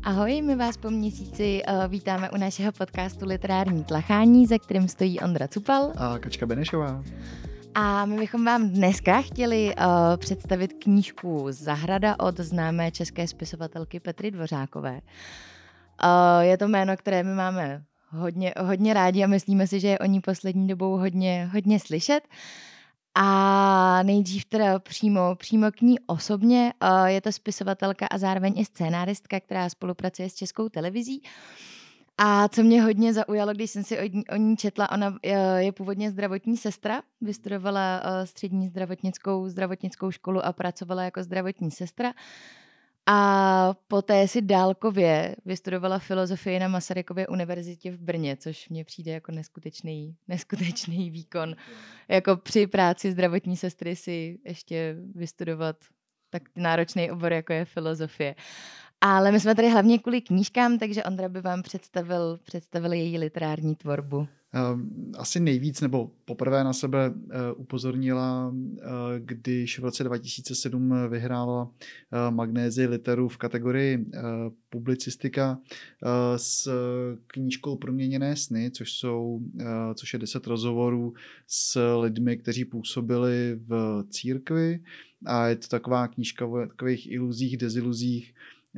Ahoj, my vás po měsíci vítáme u našeho podcastu Literární tlachání, za kterým stojí Ondra Cupal a Kačka Benešová. A my bychom vám dneska chtěli představit knížku Zahrada od známé české spisovatelky Petry Dvořákové. Je to jméno, které my máme hodně rádi a myslíme si, že je o ní poslední dobou hodně slyšet. A nejdřív teda přímo k ní osobně. Je to spisovatelka a zároveň i scénáristka, která spolupracuje s Českou televizí. A co mě hodně zaujalo, když jsem si o ní četla, ona je původně zdravotní sestra, vystudovala střední zdravotnickou školu a pracovala jako zdravotní sestra. A poté si dálkově vystudovala filozofii na Masarykově univerzitě v Brně, což mně přijde jako neskutečný výkon. Jako při práci zdravotní sestry si ještě vystudovat tak náročný obor, jako je filozofie. Ale my jsme tady hlavně kvůli knížkám, takže Ondra by vám představil její literární tvorbu. Asi nejvíc nebo poprvé na sebe upozornila, když v roce 2007 vyhrála Magnézii literu v kategorii publicistika s knížkou Proměněné sny, což je 10 rozhovorů s lidmi, kteří působili v církvi, a je to taková knížka o takových iluzích, deziluzích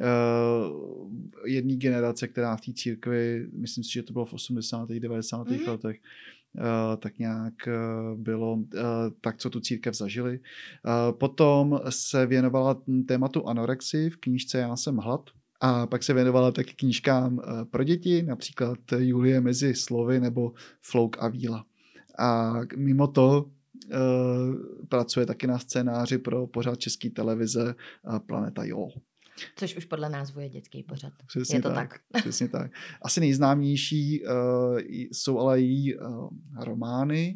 jedné generace, která v té církvi, myslím si, že to bylo v 80. 90. letech, tak nějak bylo, tak co tu církev zažili. Potom se věnovala tématu anorexii v knížce Já jsem hlad. A pak se věnovala taky knížkám pro děti, například Julie mezi slovy nebo Flouk a víla. A mimo to pracuje taky na scénáři pro pořad České televize Planeta Jo. Což už podle názvu je dětský pořad. Přesně je to tak. Přesně tak. Asi nejznámější jsou ale její romány,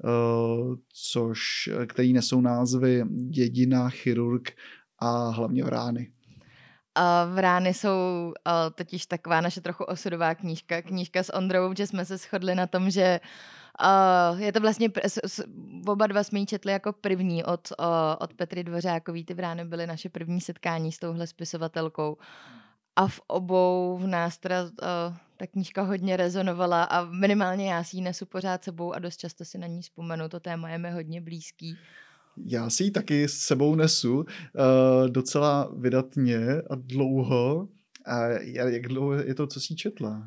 který nesou názvy Dědina, Chirurg a hlavně Vrány. Vrány jsou totiž taková naše trochu osudová knížka s Ondrou, že jsme se shodli na tom, že je to vlastně, oba dva jsme ji četli jako první od Petry Dvořákové. Ty Vrány byly naše první setkání s touhle spisovatelkou. A v obou v nás teda ta knížka hodně rezonovala a minimálně já si ji nesu pořád sebou a dost často si na ní vzpomenu. To téma je mi hodně blízký. Já si ji taky s sebou nesu docela vydatně a dlouho. A jak dlouho je to, co jsi četla?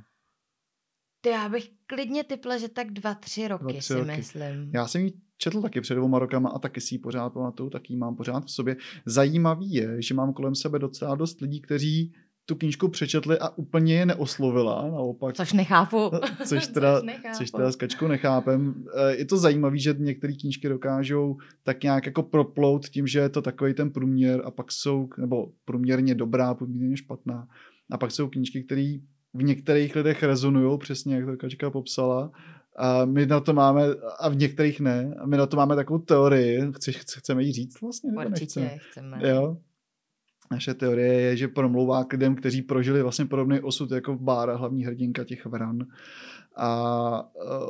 Já bych klidně tipla, že tak 2-3 roky si myslím. Já jsem ji četl taky před 2 rokama a taky si ji pořád pamatuju, taky ji mám pořád v sobě. Zajímavý je, že mám kolem sebe docela dost lidí, kteří tu knížku přečetli a úplně je neoslovila, naopak. Což nechápu. Což teda s Kačkou nechápem. Je to zajímavý, že některé knížky dokážou tak nějak jako proplout tím, že je to takový ten průměr a pak jsou, nebo průměrně dobrá, průměrně špatná. A pak jsou knížky, které v některých lidech rezonují, přesně jak to Kačka popsala. A my na to máme, a v některých ne, a my na to máme takovou teorii. Chceme ji říct vlastně? Určitě chceme. Jo. Naše teorie je, že promlouvá k lidem, kteří prožili vlastně podobný osud jako Bára, hlavní hrdinka těch Vran. A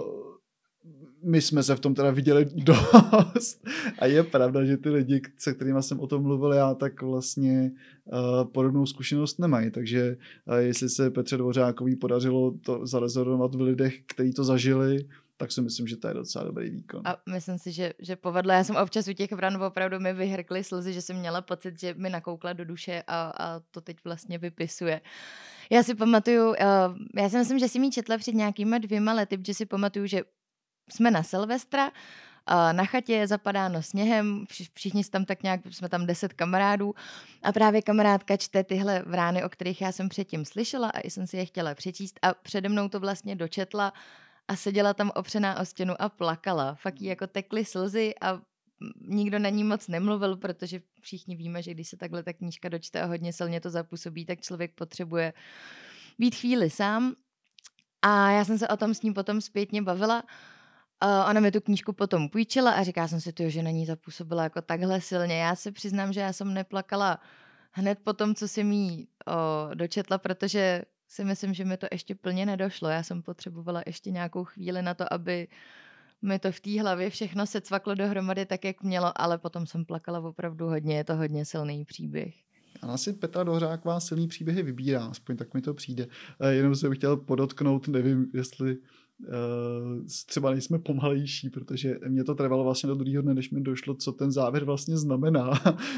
my jsme se v tom teda viděli dost. A je pravda, že ty lidi, se kterými jsem o tom mluvil já, tak vlastně podobnou zkušenost nemají. Takže jestli se Petře Dvořákový podařilo to zarezonovat v lidech, kteří to zažili, tak si myslím, že to je docela dobrý výkon. A myslím si, že povedlo. Já jsem občas u těch Vran opravdu mi vyhrkly slzy, že jsem měla pocit, že mi nakoukla do duše a to teď vlastně vypisuje. Já si pamatuju, já si myslím, že jsem ji četla před nějakýma 2 lety, protože si pamatuju, že jsme na Silvestra, na chatě je zapadáno sněhem, všichni tam tak nějak, jsme tam 10 kamarádů a právě kamarádka čte tyhle Vrány, o kterých já jsem předtím slyšela a i jsem si je chtěla přečíst a přede mnou to vlastně dočetla a seděla tam opřená o stěnu a plakala. Fakt jí jako tekly slzy a nikdo na ní moc nemluvil, protože všichni víme, že když se takhle ta knížka dočte a hodně silně to zapůsobí, tak člověk potřebuje být chvíli sám. A já jsem se o tom s ní potom zpětně bavila. Ona mi tu knížku potom půjčila a říká jsem si, že na ní zapůsobila jako takhle silně. Já se přiznám, že já jsem neplakala hned po tom, co jsem jí dočetla, protože si myslím, že mi to ještě plně nedošlo. Já jsem potřebovala ještě nějakou chvíli na to, aby mi to v té hlavě všechno se cvaklo dohromady tak, jak mělo, ale potom jsem plakala opravdu hodně. Je to hodně silný příběh. Ona si Petra Dohřáková silný příběhy vybírá, aspoň tak mi to přijde. Jenom jsem chtěl podotknout, nevím, jestli třeba nejsme pomalejší, protože mě to trvalo vlastně do druhého dne, než mi došlo, co ten závěr vlastně znamená.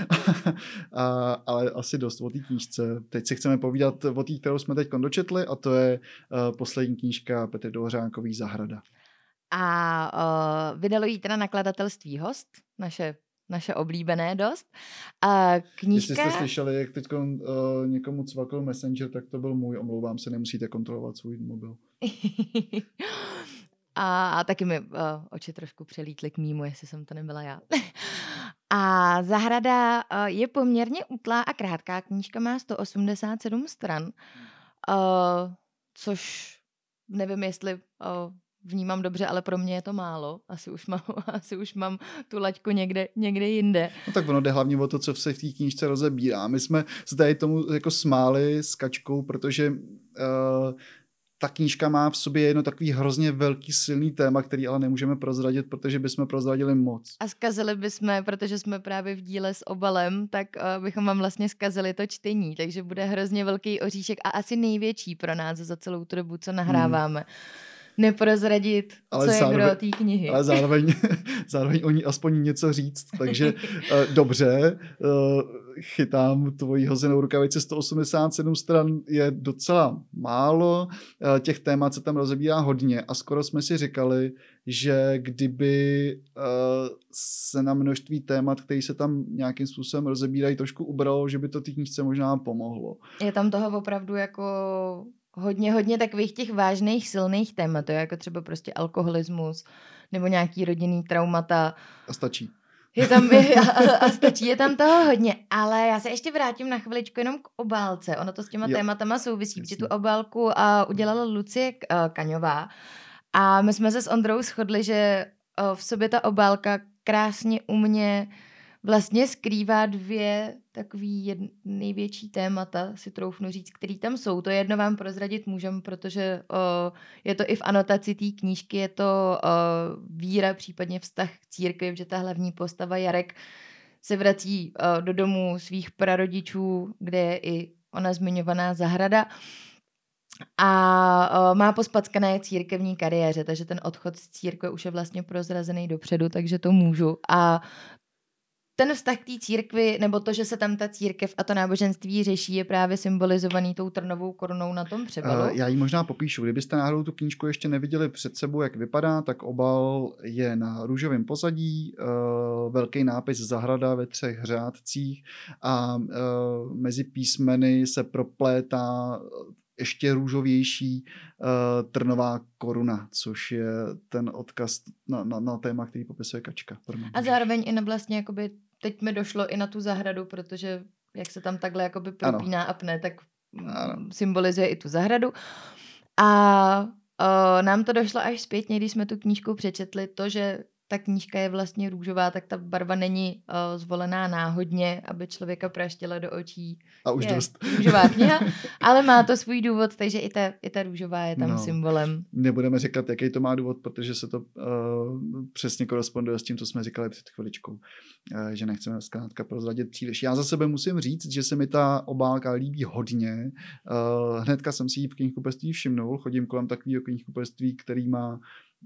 Ale asi dost o té knížce. Teď si chceme povídat o té, kterou jsme teď dočetli, a to je poslední knížka Petry Dohřákové Zahrada. A vydalo jí teda nakladatelství Host, naše oblíbené dost. A knížka... Jestli jste slyšeli, jak teď někomu cvakl Messenger, tak to byl můj, omlouvám se, nemusíte kontrolovat svůj mobil. A taky mi oči trošku přelítly k mýmu, jestli jsem to nebyla já. A Zahrada je poměrně útlá a krátká knížka, má 187 stran, což nevím, jestli vnímám dobře, ale pro mě je to málo. Asi už mám tu laťku někde jinde. No tak ono jde hlavně o to, co se v té knížce rozebírá. My jsme zde tomu jako smáli s Kačkou, protože ta knížka má v sobě jedno takový hrozně velký silný téma, který ale nemůžeme prozradit, protože bychom prozradili moc. A zkazili bychom, protože jsme právě v díle s obalem, tak bychom vám vlastně zkazili to čtení, takže bude hrozně velký oříšek a asi největší pro nás za celou tu dobu, co nahráváme. Neprozradit, ale co je gro té knihy. Ale zároveň o ní aspoň něco říct, takže dobře, chytám tvoji hozenou rukavici, 187 stran je docela málo, těch témat se tam rozebírá hodně a skoro jsme si říkali, že kdyby se na množství témat, které se tam nějakým způsobem rozebírají, trošku ubralo, že by to té knížce možná pomohlo. Je tam toho opravdu jako hodně takových těch vážných, silných témat, jako třeba prostě alkoholismus nebo nějaký rodinný traumata. A stačí. Je tam toho hodně, ale já se ještě vrátím na chviličku jenom k obálce. Ono to s těma tématama souvisí, protože tu obálku udělala Lucie Kaňová a my jsme se s Ondrou shodli, že v sobě ta obálka krásně u mě vlastně skrývá dvě takový největší témata, si troufnu říct, který tam jsou. To jedno vám prozradit můžem, protože je to i v anotaci té knížky, je to víra, případně vztah k církvi, protože ta hlavní postava Jarek se vrací do domu svých prarodičů, kde je i ona zmiňovaná zahrada a má pospackané církevní kariéře, takže ten odchod z církve už je vlastně prozrazený dopředu, takže to můžu. A ten vztah k té církvi, nebo to, že se tam ta církev a to náboženství řeší, je právě symbolizovaný tou trnovou korunou na tom přebalu. Já ji možná popíšu. Kdybyste náhodou tu knížku ještě neviděli před sebou, jak vypadá, tak obal je na růžovém pozadí, velký nápis Zahrada ve 3 řádcích a mezi písmeny se proplétá ještě růžovější trnová koruna, což je ten odkaz na téma, který popisuje Kačka. A zároveň i na vlastně, jakoby, teď mi došlo i na tu zahradu, protože jak se tam takhle jakoby propíná a pne, tak symbolizuje i tu zahradu. A nám to došlo až zpětně, když jsme tu knížku přečetli, to, že ta knížka je vlastně růžová, tak ta barva není zvolená náhodně, aby člověka praštila do očí. A už dost. Růžová kniha, ale má to svůj důvod, takže i ta růžová je tam symbolem. Nebudeme říkat, jaký to má důvod, protože se to přesně koresponduje s tím, co jsme říkali před chviličkou, že nechceme zkrátka prozradit příliš. Já za sebe musím říct, že se mi ta obálka líbí hodně. Hnedka jsem si ji v knihkupectví všimnul, chodím kolem takového knihkupectví, který má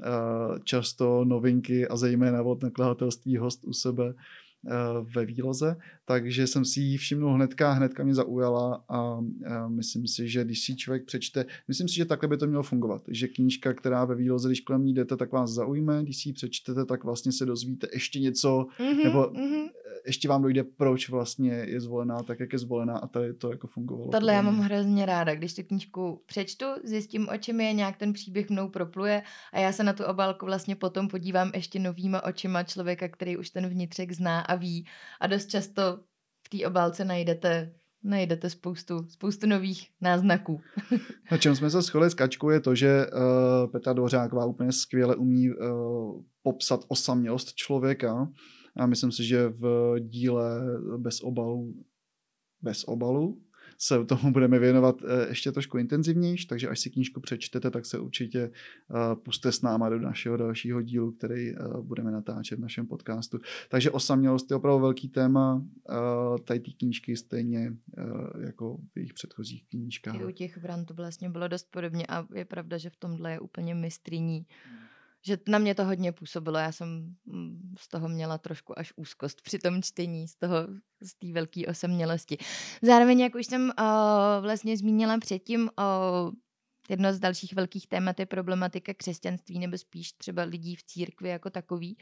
často novinky a zejména od nakladatelství Host u sebe ve výloze, takže jsem si ji všimnul hnedka mě zaujala a myslím si, že když si člověk přečte, myslím si, že takhle by to mělo fungovat, že knížka, která ve výloze, když kolem ní jdete, tak vás zaujme, když si ji přečtete, tak vlastně se dozvíte ještě něco, nebo ještě vám dojde, proč vlastně je zvolená tak, jak je zvolená a tady to jako fungovalo. Tohle já mám hrozně ráda, když tu knížku přečtu, zjistím, o čem je, nějak ten příběh mnou propluje a já se na tu obálku vlastně potom podívám ještě novýma očima člověka, který už ten vnitřek zná a ví a dost často v té obálce najdete spoustu nových náznaků. Na čem jsme se shodli s Kačkou je to, že Petra Dohřáková úplně skvěle umí popsat osamělost člověka a myslím si, že v díle bez obalu se tomu budeme věnovat ještě trošku intenzivnější, takže až si knížku přečtete, tak se určitě puste s náma do našeho dalšího dílu, který budeme natáčet v našem podcastu. Takže osamělost je opravdu velký téma tady té knížky stejně jako v jejich předchozích knížkách. I u těch Vran to vlastně bylo dost podobně a je pravda, že v tomhle je úplně mistryní. Že na mě to hodně působilo. Já jsem z toho měla trošku až úzkost při tom čtení, z té velké osamělosti. Zároveň, jak už jsem vlastně zmínila předtím, jedno z dalších velkých témat je problematika křesťanství, nebo spíš třeba lidí v církvi jako takový.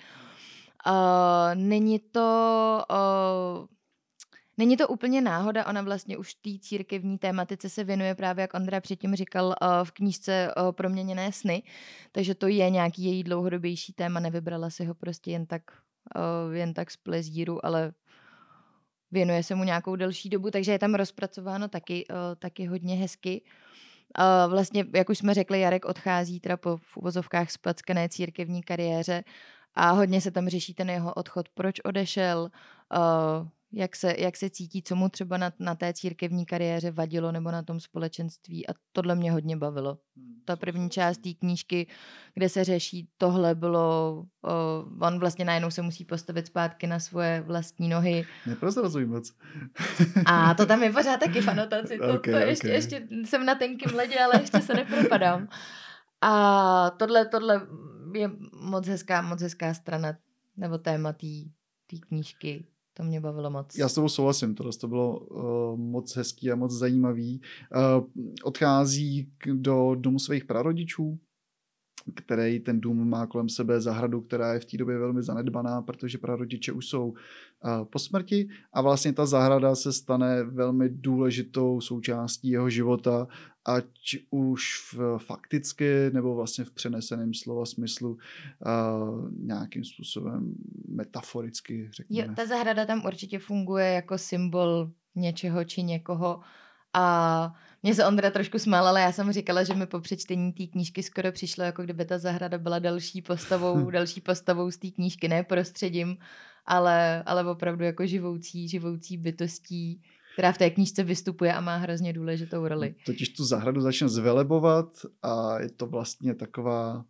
Není to úplně náhoda, ona vlastně už té církevní tématice se věnuje právě, jak Ondra předtím říkal, v knížce Proměněné sny, takže to je nějaký její dlouhodobější téma, nevybrala si ho prostě jen tak z plezíru, ale věnuje se mu nějakou delší dobu, takže je tam rozpracováno taky hodně hezky. Vlastně, jak už jsme řekli, Jarek odchází teda po v uvozovkách spackané církevní kariéře a hodně se tam řeší ten jeho odchod, proč odešel, jak se cítí, co mu třeba na té církevní kariéře vadilo nebo na tom společenství a tohle mě hodně bavilo. Ta první část té knížky, kde se řeší tohle, bylo, on vlastně najednou se musí postavit zpátky na svoje vlastní nohy. Neprozrazuj moc. A to tam je pořád taky v anotaci. Ještě jsem na tenkým ledě, ale ještě se nepropadám. A tohle je moc hezká strana nebo téma té knížky. To mě bavilo moc. Já s tebou souhlasím, to bylo moc hezký a moc zajímavý. Odchází do domu svých prarodičů, který ten dům má kolem sebe zahradu, která je v té době velmi zanedbaná, protože prarodiče už jsou po smrti a vlastně ta zahrada se stane velmi důležitou součástí jeho života, ať už fakticky nebo vlastně v přeneseném slova smyslu nějakým způsobem metaforicky, řekněme. Jo, ta zahrada tam určitě funguje jako symbol něčeho či někoho a mě se Ondra trošku smál, ale já jsem říkala, že mi po přečtení té knížky skoro přišlo, jako kdyby ta zahrada byla další postavou z té knížky, ne prostředím, ale opravdu jako živoucí bytostí, která v té knížce vystupuje a má hrozně důležitou roli. Totiž tu zahradu začne zvelebovat a je to vlastně taková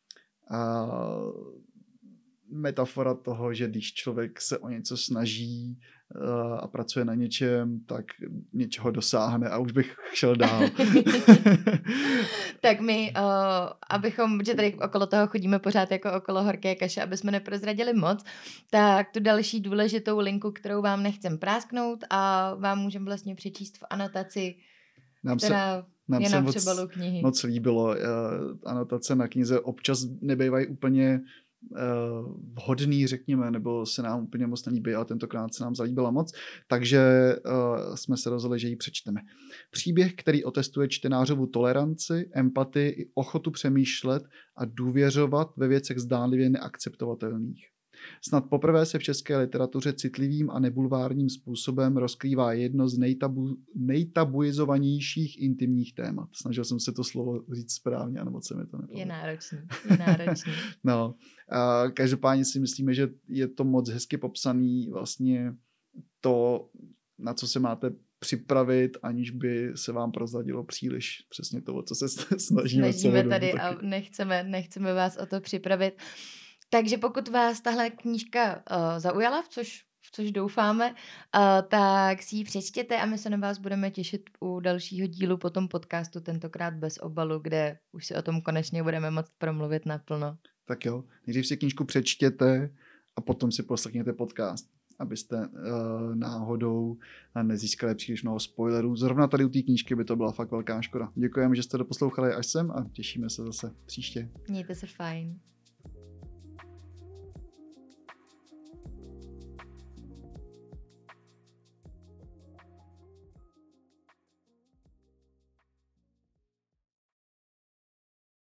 metafora toho, že když člověk se o něco snaží a pracuje na něčem, tak něčeho dosáhne a už bych šel dál. Tak my, že tady okolo toho chodíme pořád jako okolo horké kaše, aby jsme neprozradili moc, tak tu další důležitou linku, kterou vám nechcem prásknout a vám můžeme vlastně přečíst v anotaci, která je na přebalu knihy. Moc líbilo. Anotace na knize občas nebývají úplně vhodný, řekněme, nebo se nám úplně moc nelíbí, ale tentokrát se nám zalíbila moc, takže jsme se rozhodli, že ji přečteme. Příběh, který otestuje čtenářovu toleranci, empatii i ochotu přemýšlet a důvěřovat ve věcech zdánlivě neakceptovatelných. Snad poprvé se v české literatuře citlivým a nebulvárním způsobem rozkrývá jedno z nejtabuizovanějších intimních témat. Snažil jsem se to slovo říct správně a moc se mi to nepovedlo. Je náročný. No, každopádně si myslíme, že je to moc hezky popsaný vlastně to, na co se máte připravit, aniž by se vám prozradilo příliš přesně to, co se snažíme tady a nechceme vás o to připravit. Takže pokud vás tahle knížka zaujala, v což doufáme, tak si ji přečtěte a my se na vás budeme těšit u dalšího dílu po tom podcastu, tentokrát bez obalu, kde už si o tom konečně budeme moct promluvit naplno. Tak jo, nejdřív si knížku přečtěte a potom si poslechněte podcast, abyste náhodou nezískali příliš mnoho spoilerů. Zrovna tady u té knížky by to byla fakt velká škoda. Děkujeme, že jste doposlouchali až sem a těšíme se zase příště. Mějte se fajn.